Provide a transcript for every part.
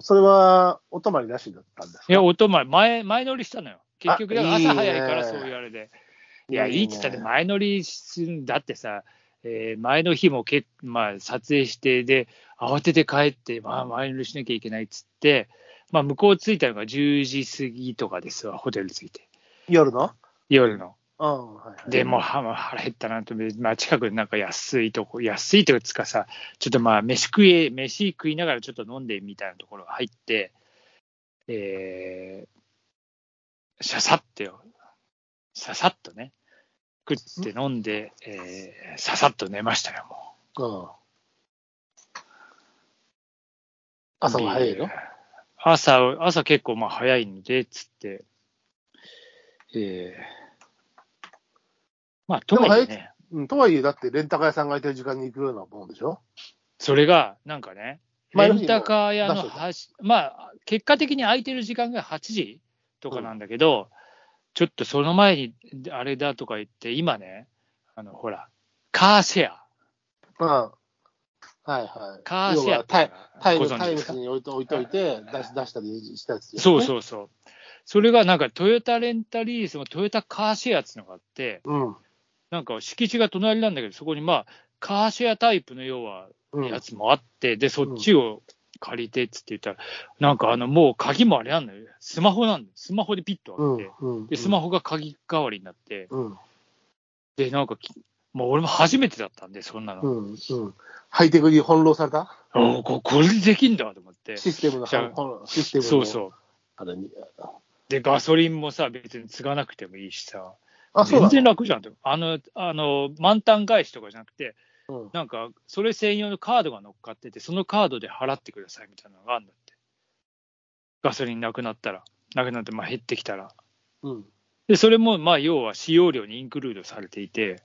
それはお泊まりなしだったんですか？ いや、お泊まり、前乗りしたのよ。結局、だから朝早いからそういうあれで。いや、いいって言ったって前乗りするんだってさ、前の日もまあ、撮影して、で、慌てて帰って、まあ、前乗りしなきゃいけないっつって、まあ、向こう着いたのが10時過ぎとかですわ、ホテル着いて。 夜の。 はい、でもう腹減ったなと、まあ、近くでなんか安いとこつかさ、ちょっとまあ飯食いながらちょっと飲んでみたいなところが入って、ささっとね、食って飲んで、ささっと寝ましたよ、もう。 朝は早いの？ 朝結構まあ早いんで、つって、まあ、とはいえね。 とはいえ、だってレンタカー屋さんが空いてる時間に行くようなもんでしょ？ それが、なんかね、レンタカー屋のまあ、結果的に空いてる時間が8時とかなんだけど、ちょっとその前にあれだとか言って、今ね、ほら、カーシェア。 はいはい。 カーシェアタイムズスに置いといて出したりしたやつですね。そう。それがなんかトヨタレンタリースのトヨタカーシェアっていうのがあって、なんか敷地が隣なんだけど、そこにまあ、カーシェアタイプの要はやつもあって、で、そっちを借りてっつって言ったら、なんかもう鍵もあれなんだよ。スマホなんだよ。スマホでピッと開けて、で、スマホが鍵代わりになって、で、なんか、もう俺も初めてだったんで、そんなの。 ハイテクに翻弄された？ これでできんだと思って。 システムの。 そう。で、ガソリンもさ、別に継がなくてもいいしさ、全然楽じゃんと。満タン返しとかじゃなくて、なんか、それ専用のカードが乗っかってて、そのカードで払ってくださいみたいなのがあるんだって。ガソリンなくなって、まあ減ってきたら。で、それも、まあ、要は使用量にインクルードされていて。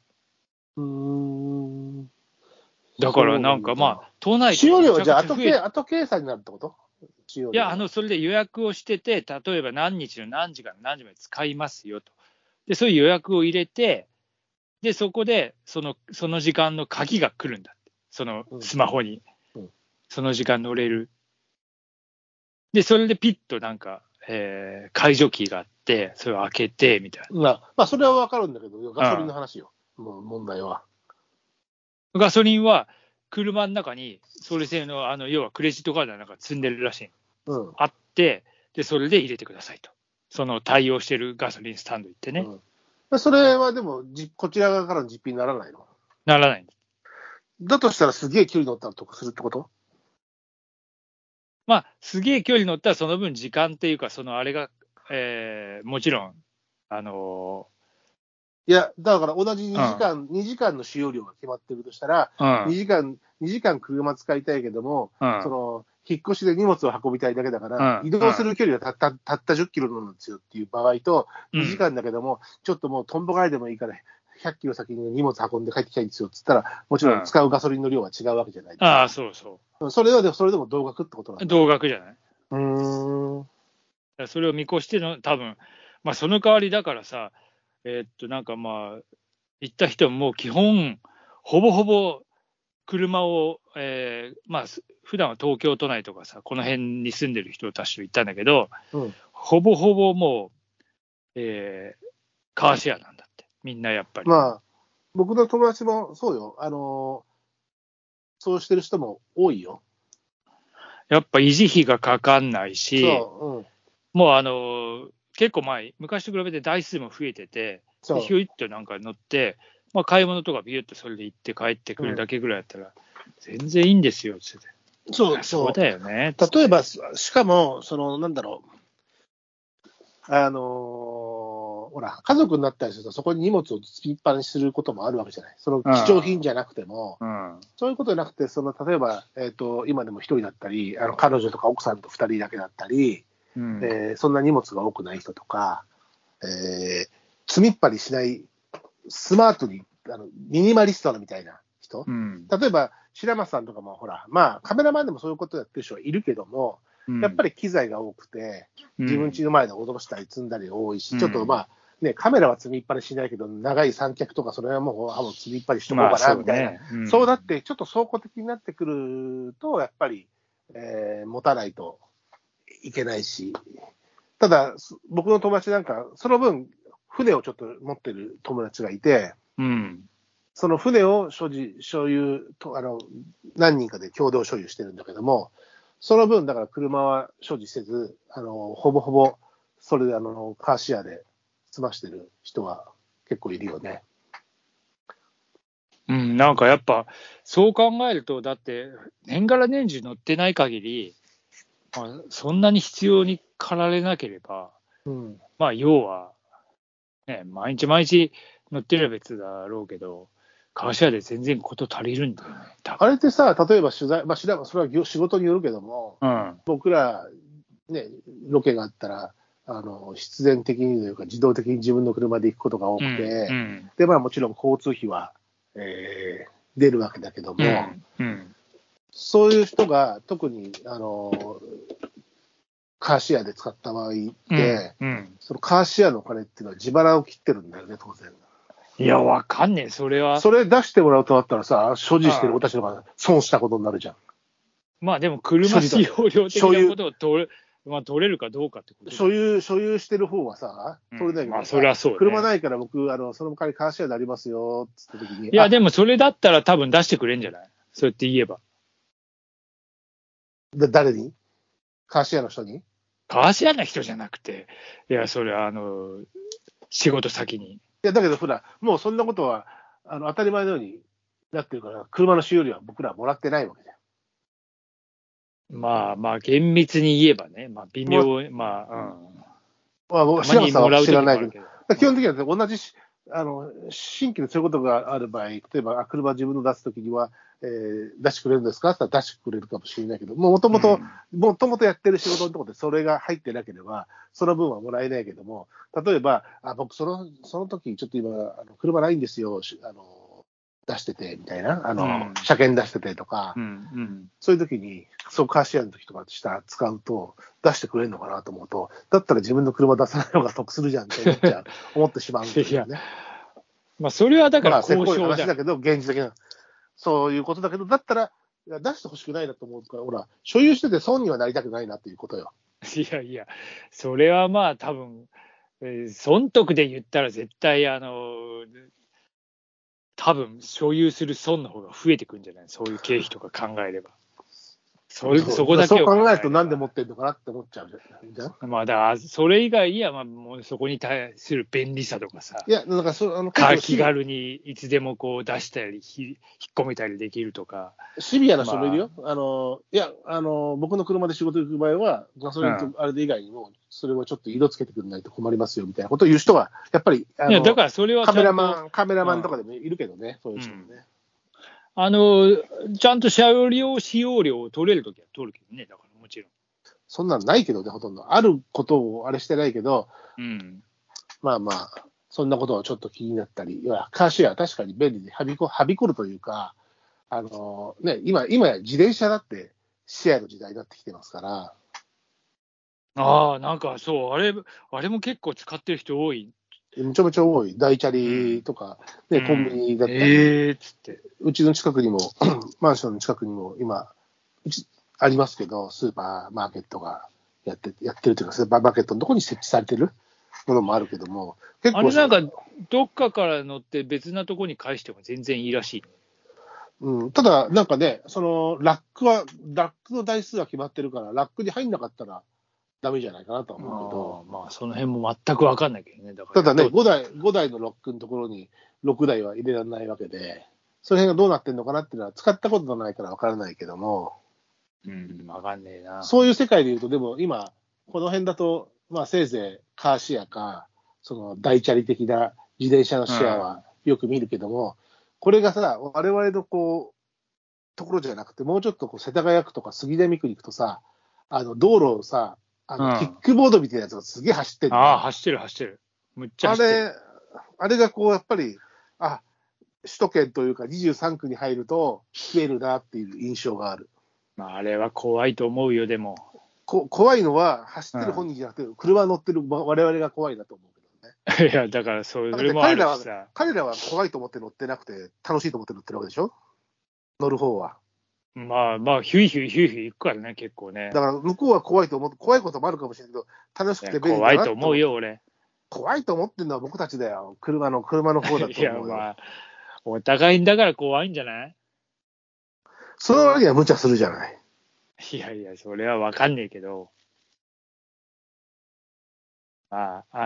だからなんか、まあ、都内使用量はじゃあ後計算になるってこと？ いや、それで予約をしてて、例えば何日の何時から何時まで使いますよと。で、そういう予約を入れて、で、そこで、その時間の鍵が来るんだって。そのスマホに。その時間乗れる。で、それでピッとなんか、解除キーがあって、それを開けて、みたいな。 まあ、それはわかるんだけど、ガソリンの話よ。もう問題は。 ガソリンは、車の中に、それ製の、要はクレジットカードなんか積んでるらしい。あって、で、それで入れてくださいと。その対応してるガソリンスタンド行ってね。 それはでも、こちら側からの実費にならないの？ ならない。 だとしたらすげえ距離乗ったら得するってこと？ まあ、すげえ距離乗ったらその分時間っていうか、あれが、もちろん、 いや、だから同じ2時間の使用量が決まってるとしたら、2時間車使いたいけども、引っ越しで荷物を運びたいだけだから、移動する距離がたった10キロなんですよっていう場合と、2時間だけども、ちょっともうとんぼ返りでもいいから、100キロ先に荷物運んで帰ってきたいんですよって言ったら、もちろん使うガソリンの量は違うわけじゃないですか。それでも同額ってことなんだ。 同額じゃない。それを見越しての、多分まあ、その代わりだからさ、なんかまあ、行った人はもう基本、ほぼほぼ車を、まあ、普段は東京都内とかさ、この辺に住んでる人たちと行ったんだけど、ほぼほぼもう、カーシェアなんだって、みんなやっぱり。 まあ、僕の友達もそうよ。そうしてる人も多いよ。 やっぱ維持費がかかんないし、もう結構昔と比べて台数も増えてて、ヒュイッとなんか乗って、まあ、買い物とかビュッとそれで行って帰ってくるだけぐらいやったら、全然いいんですよって。そうだよね。 例えば、しかも、なんだろう、ほら、家族になったりすると、そこに荷物をつきっぱなしすることもあるわけじゃない。貴重品じゃなくても、そういうことじゃなくて、例えば、今でも一人だったり、彼女とか奥さんと二人だけだったり、そんな荷物が多くない人とか、積みっぱりしない、スマートに、ミニマリストみたいな人、例えば、白松さんとかも、ほら、まあ、カメラマンでもそういうことやってる人はいるけども、やっぱり機材が多くて、自分家の前で脅したり積んだり多いし、ちょっとまあ、ね、カメラは積みっぱりしないけど、長い三脚とか、それはもう積みっぱりしとこうかな、みたいな。そうだって、ちょっと倉庫的になってくると、やっぱり、持たないといけないし、ただ、僕の友達なんか、その分、船をちょっと持ってる友達がいて、 うん。 その船を所有と、何人かで共同所有してるんだけども、その分、だから車は所持せず、ほぼほぼ、それでカーシェアで済ましてる人は結構いるよね。 うん、なんかやっぱ、そう考えると、だって、年がら年中乗ってない限り、まあ、そんなに必要に駆られなければ、 うん、 まあ、要は、ね、毎日毎日乗ってれば別だろうけど、カーシェアで全然こと足りるんだよね。 あれってさ、例えば取材、それは仕事によるけども、 うん。 僕ら、ね、ロケがあったら、必然的にというか、自動的に自分の車で行くことが多くて、 うん。 で、まあもちろん交通費は、出るわけだけども、 うん。 そういう人が特に、カーシェアで使った場合って、そのカーシェアのお金っていうのは自腹を切ってるんだよね、当然。 いや、わかんねえ、それは。 それ出してもらうとなったらさ、所持してるおたちの方が損したことになるじゃん。 まあでも、車使用料的なことを取れるかどうかってこと所有してる方はさ、取れないけど、 まあ、それはそうね。 車ないから僕、その代わりカーシェアでありますよ、つった時に。 いや、でもそれだったら多分出してくれんじゃない？そうやって言えば。 誰に？カーシェアの人に？ カーシェアの人じゃなくて、いや、それは仕事先に。 いや、だけど、ほら、もうそんなことは、当たり前のようになってるから、車の使用料は僕らはもらってないわけじゃん。 まあ、厳密に言えばね、まあ、微妙、まあ、 まあ、白松さんは知らないけど、基本的には同じ、新規でそういうことがある場合、例えば、車自分の出すときには、出してくれるんですかって言ったら出してくれるかもしれないけど、もともとやってる仕事のところでそれが入ってなければ、その分はもらえないけども、例えば、僕その時ちょっと今、車ないんですよ、出しててみたいな、車検出しててとか、そういう時に、そうカーシェアの時とか使うと、出してくれるのかなと思うと、だったら自分の車出さない方が得するじゃんって思ってしまうんですよね。 まあ、それはだから交渉話だけど、現実的な、そういうことだけど、だったら、出してほしくないなと思うから、ほら、所有してて損にはなりたくないなっていうことよ。 いや、それはまあ多分、損得で言ったら絶対多分所有する損の方が増えてくるんじゃない？そういう経費とか考えれば。そこだけをそう考えるとなんで持ってんのかなって思っちゃうじゃん。 まあだからそれ以外にはもうそこに対する便利さとかさ。 いや、なんか気軽にいつでもこう出したり引っ込めたりできるとか。 シビアな人もいるよ。いや、僕の車で仕事行く場合は、ガソリンとあれで以外にも、それをちょっと色つけてくれないと困りますよみたいなことを言う人は、やっぱり、 いやだからそれはカメラマンとかでもいるけどね、そういう人もね。 ちゃんと使用料を取れるときは取るけどね、だからもちろん。 そんなのないけどね、ほとんど。あることをあれしてないけど、まあまあ、そんなことはちょっと気になったり、カーシェアは確かに便利ではびこるというか、今や自転車だってシェアの時代になってきてますから。 ああ、なんかそう、あれも結構使ってる人多い。 めちゃめちゃ多い。大チャリとか、コンビニだったり、 つって。 うちの近くにも、マンションの近くにも今、ありますけど、スーパーマーケットがやってるというか、スーパーマーケットのところに設置されてるものもあるけども、結構。 あれなんか、どっかから乗って別なところに返しても全然いいらしい。 ただ、なんかね、ラックの台数は決まってるから、ラックに入んなかったらダメじゃないかなと思うけど。 まあ、その辺も全く分かんないけどね。 ただね、5台のロックのところに6台は入れられないわけで、その辺がどうなってるのかなっていうのは、使ったことがないから分からないけども。 分かんねえな。 そういう世界でいうと、でも今、この辺だと、まあ、せいぜいカーシェアか、その大チャリ的な自転車のシェアはよく見るけども、これがさ、我々のところじゃなくて、もうちょっと世田谷区とか杉並区に行くとさ、道路をさ、キックボードみたいなやつがすげえ走ってる。 走ってる。むっちゃ走ってる。 あれがやっぱり、首都圏というか23区に入ると増えるなっていう印象がある。 まあ、あれは怖いと思うよ、でも。 怖いのは、走ってる本人じゃなくて、車乗ってる我々が怖いなと思うけどね。 いや、だからそれもあるしさ。 彼らは怖いと思って乗ってなくて、楽しいと思って乗ってるわけでしょ？乗る方は。 まあ、ヒュイヒュイ行くからね、結構ね。 だから向こうは怖いこともあるかもしれないけど、楽しくて便利だな怖いと思うよ、俺。 怖いと思ってるのは僕たちだよ。車の方だと思うよ。 いや、まあ、お互いだから怖いんじゃない？ その割には無茶するじゃない。 いや、それはわかんねえけど。まあ、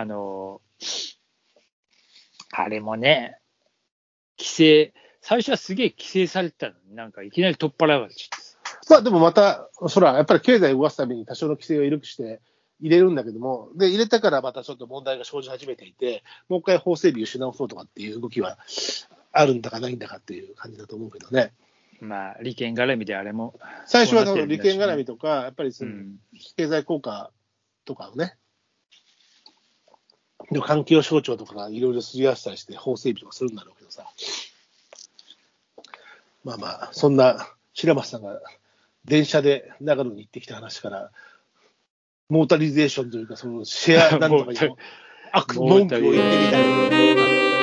あれもね、最初はすげえ規制されてたのに、なんかいきなり取っ払われちゃって。 まあでもまた、やっぱり経済を動かすために多少の規制を緩くして入れるんだけども、で、入れたからまたちょっと問題が生じ始めていて、もう一回法整備をし直そうとかっていう動きはあるんだかないんだかっていう感じだと思うけどね。 まあ、利権絡みであれも。 最初は利権絡みとか、やっぱり経済効果とかをね、環境省庁とかがいろいろすり合わせたりして法整備とかするんだろうけどさ。まあまあ、そんな白松さんが電車で長野に行ってきた話から、モータリゼーションというか、そのシェアなんとかにも文句を言ってみたいな。